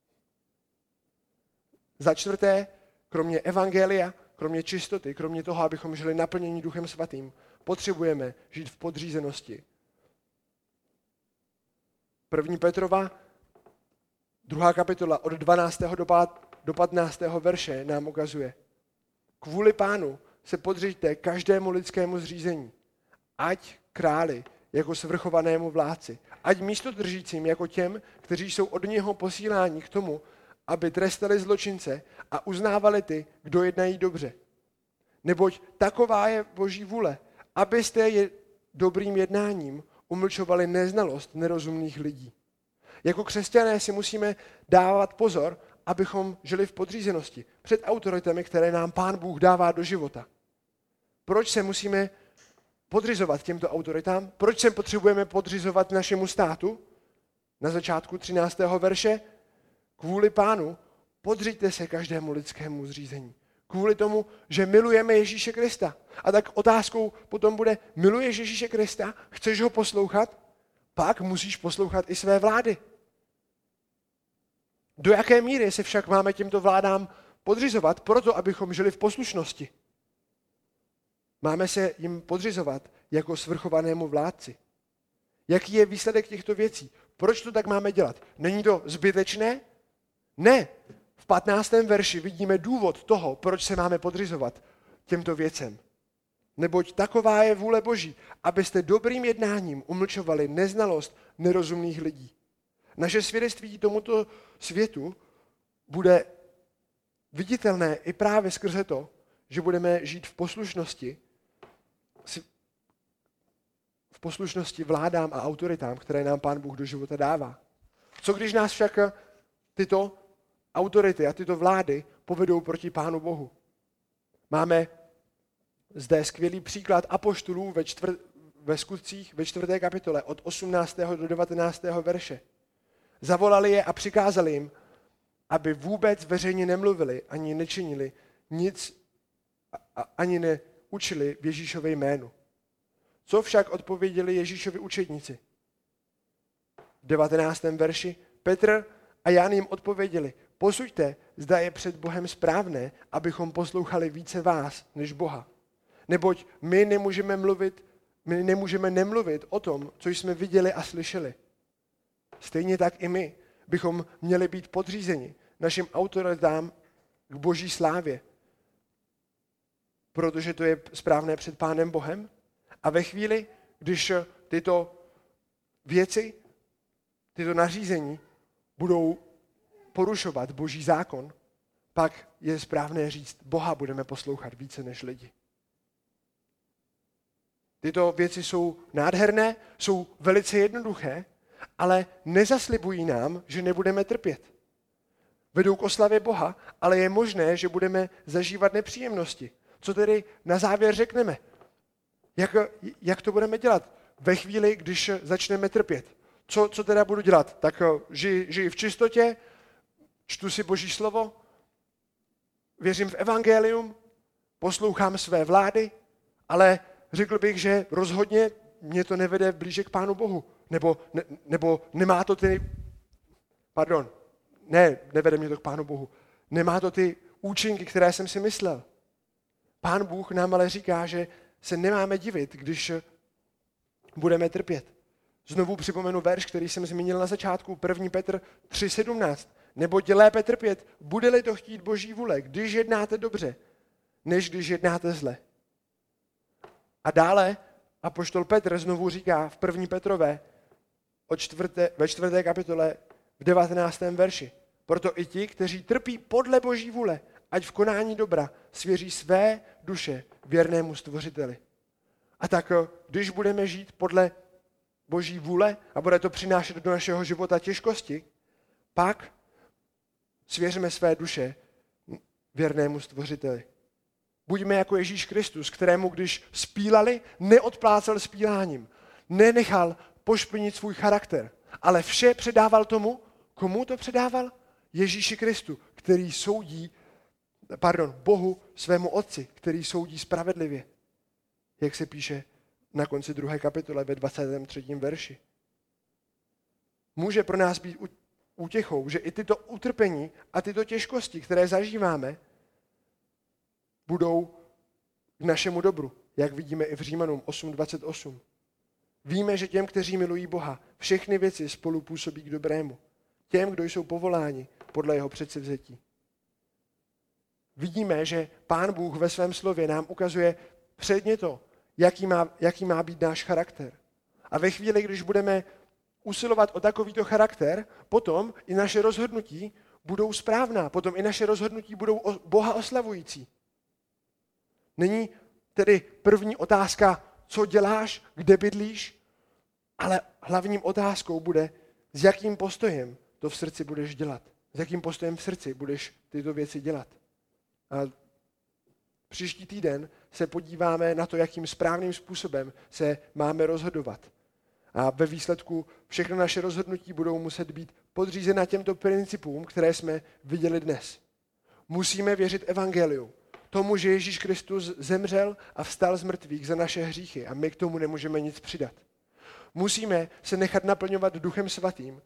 Za čtvrté, kromě evangelia, kromě čistoty, kromě toho, abychom žili naplnění Duchem Svatým, potřebujeme žít v podřízenosti. 1. Petrova, 2. kapitola od 12. do 15. verše nám ukazuje. Kvůli Pánu se podřiďte každému lidskému zřízení, ať králi jako svrchovanému vládci, ať místodržícím jako těm, kteří jsou od něho posíláni k tomu, aby trestali zločince a uznávali ty, kdo jednají dobře. Neboť taková je Boží vůle, abyste je dobrým jednáním umlčovali neznalost nerozumných lidí. Jako křesťané si musíme dávat pozor, abychom žili v podřízenosti před autoritami, které nám Pán Bůh dává do života. Proč se musíme podřizovat těmto autoritám? Proč se potřebujeme podřizovat našemu státu? Na začátku 13. verše kvůli Pánu podřiďte se každému lidskému zřízení. Kvůli tomu, že milujeme Ježíše Krista. A tak otázkou potom bude, miluješ Ježíše Krista? Chceš ho poslouchat? Pak musíš poslouchat i své vlády. Do jaké míry se však máme těmto vládám podřizovat, proto abychom žili v poslušnosti? Máme se jim podřizovat jako svrchovanému vládci. Jaký je výsledek těchto věcí? Proč to tak máme dělat? Není to zbytečné? Ne. V 15. verši vidíme důvod toho, proč se máme podřizovat těmto věcem. Neboť taková je vůle Boží, abyste dobrým jednáním umlčovali neznalost nerozumných lidí. Naše svědectví tomuto světu bude viditelné i právě skrze to, že budeme žít v poslušnosti vládám a autoritám, které nám Pán Bůh do života dává. Co když nás však tyto autority a tyto vlády povedou proti Pánu Bohu? Máme zde skvělý příklad apoštolů ve Skutcích ve 4. kapitole od 18. do 19. verše. Zavolali je a přikázali jim, aby vůbec veřejně nemluvili, ani nečinili nic, ani neučili v Ježíšově jménu. Co však odpověděli Ježíšovi učedníci? V 19. verši Petr a Jan jim odpověděli, posuďte, zda je před Bohem správné, abychom poslouchali více vás než Boha. Neboť my nemůžeme nemluvit o tom, co jsme viděli a slyšeli. Stejně tak i my bychom měli být podřízeni našim autoritám k Boží slávě, protože to je správné před Pánem Bohem. A ve chvíli, když tyto věci, tyto nařízení budou porušovat Boží zákon, pak je správné říct, Boha budeme poslouchat více než lidi. Tyto věci jsou nádherné, jsou velice jednoduché, ale nezaslibují nám, že nebudeme trpět. Vedou k oslavě Boha, ale je možné, že budeme zažívat nepříjemnosti. Co tedy na závěr řekneme? Jak to budeme dělat ve chvíli, když začneme trpět? Co teda budu dělat? Tak žiji v čistotě, čtu si Boží slovo, věřím v evangelium, poslouchám své vlády, ale řekl bych, že rozhodně mě to nevede blíže k Pánu Bohu. Nebo nemá to nevede mě to k Pánu Bohu. Nemá to ty účinky, které jsem si myslel. Pán Bůh nám ale říká, že se nemáme divit, když budeme trpět. Znovu připomenu verš, který jsem zmínil na začátku, 1. Petr 3,17. Neboť lépe trpět, bude-li to chtít Boží vůle, když jednáte dobře, než když jednáte zle. A dále apoštol Petr znovu říká v 1. Petrové ve 4. kapitole v 19. verši. Proto i ti, kteří trpí podle Boží vůle, ať v konání dobra svěří své duše věrnému Stvořiteli. A tak, když budeme žít podle Boží vůle a bude to přinášet do našeho života těžkosti, pak svěříme své duše věrnému Stvořiteli. Buďme jako Ježíš Kristus, kterému, když spílali, neodplácel spíláním, nenechal pošpinit svůj charakter, ale vše předával tomu, komu to předával? Ježíši Kristu, který Bohu svému Otci, který soudí spravedlivě, jak se píše na konci 2. kapitole ve 23. verši. Může pro nás být útěchou, že i tyto utrpení a tyto těžkosti, které zažíváme, budou k našemu dobru, jak vidíme i v Římanům 8.28. Víme, že těm, kteří milují Boha, všechny věci spolu působí k dobrému. Těm, kdo jsou povoláni podle jeho předsevzetí. Vidíme, že Pán Bůh ve svém slově nám ukazuje předně to, jaký má být náš charakter. A ve chvíli, když budeme usilovat o takovýto charakter, potom i naše rozhodnutí budou správná, potom i naše rozhodnutí budou Boha oslavující. Není tedy první otázka, co děláš, kde bydlíš, ale hlavním otázkou bude, s jakým postojem to v srdci budeš dělat. S jakým postojem v srdci budeš tyto věci dělat. A příští týden se podíváme na to, jakým správným způsobem se máme rozhodovat. A ve výsledku všechny naše rozhodnutí budou muset být podřízena těmto principům, které jsme viděli dnes. Musíme věřit evangeliu, tomu, že Ježíš Kristus zemřel a vstal z mrtvých za naše hříchy a my k tomu nemůžeme nic přidat. Musíme se nechat naplňovat Duchem Svatým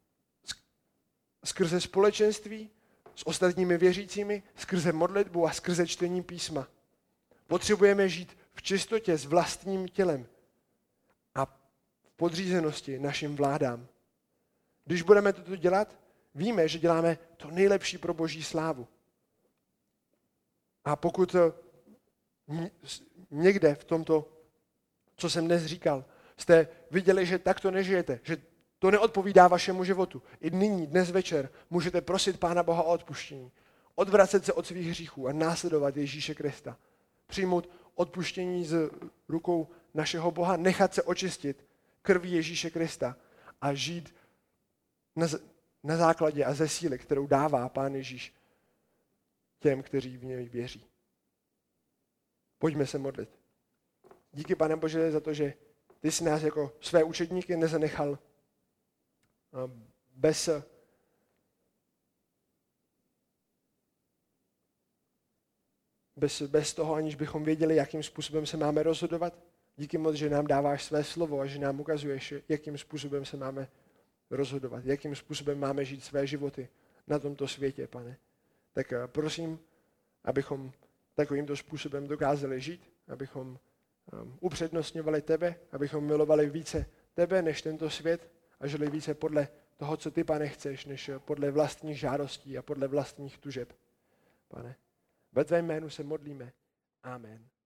skrze společenství s ostatními věřícími, skrze modlitbu a skrze čtení písma. Potřebujeme žít v čistotě s vlastním tělem a v podřízenosti našim vládám. Když budeme toto dělat, víme, že děláme to nejlepší pro Boží slávu. A pokud někde v tomto, co jsem dnes říkal, jste viděli, že takto nežijete, že to neodpovídá vašemu životu, i nyní, dnes večer, můžete prosit Pána Boha o odpuštění, odvracet se od svých hříchů a následovat Ježíše Krista. Přijmout odpuštění z rukou našeho Boha, nechat se očistit krví Ježíše Krista a žít na základě a ze síly, kterou dává Pán Ježíš těm, kteří v něj věří. Pojďme se modlit. Díky, Pane Bože, za to, že ty jsi nás jako své učedníky nezanechal bez toho, aniž bychom věděli, jakým způsobem se máme rozhodovat. Díky moc, že nám dáváš své slovo a že nám ukazuješ, jakým způsobem se máme rozhodovat, jakým způsobem máme žít své životy na tomto světě, Pane. Tak prosím, abychom takovýmto způsobem dokázali žít, abychom upřednostňovali tebe, abychom milovali více tebe než tento svět a žili více podle toho, co ty, Pane, chceš, než podle vlastních žádostí a podle vlastních tužeb. Pane, ve tvém jménu se modlíme. Amen.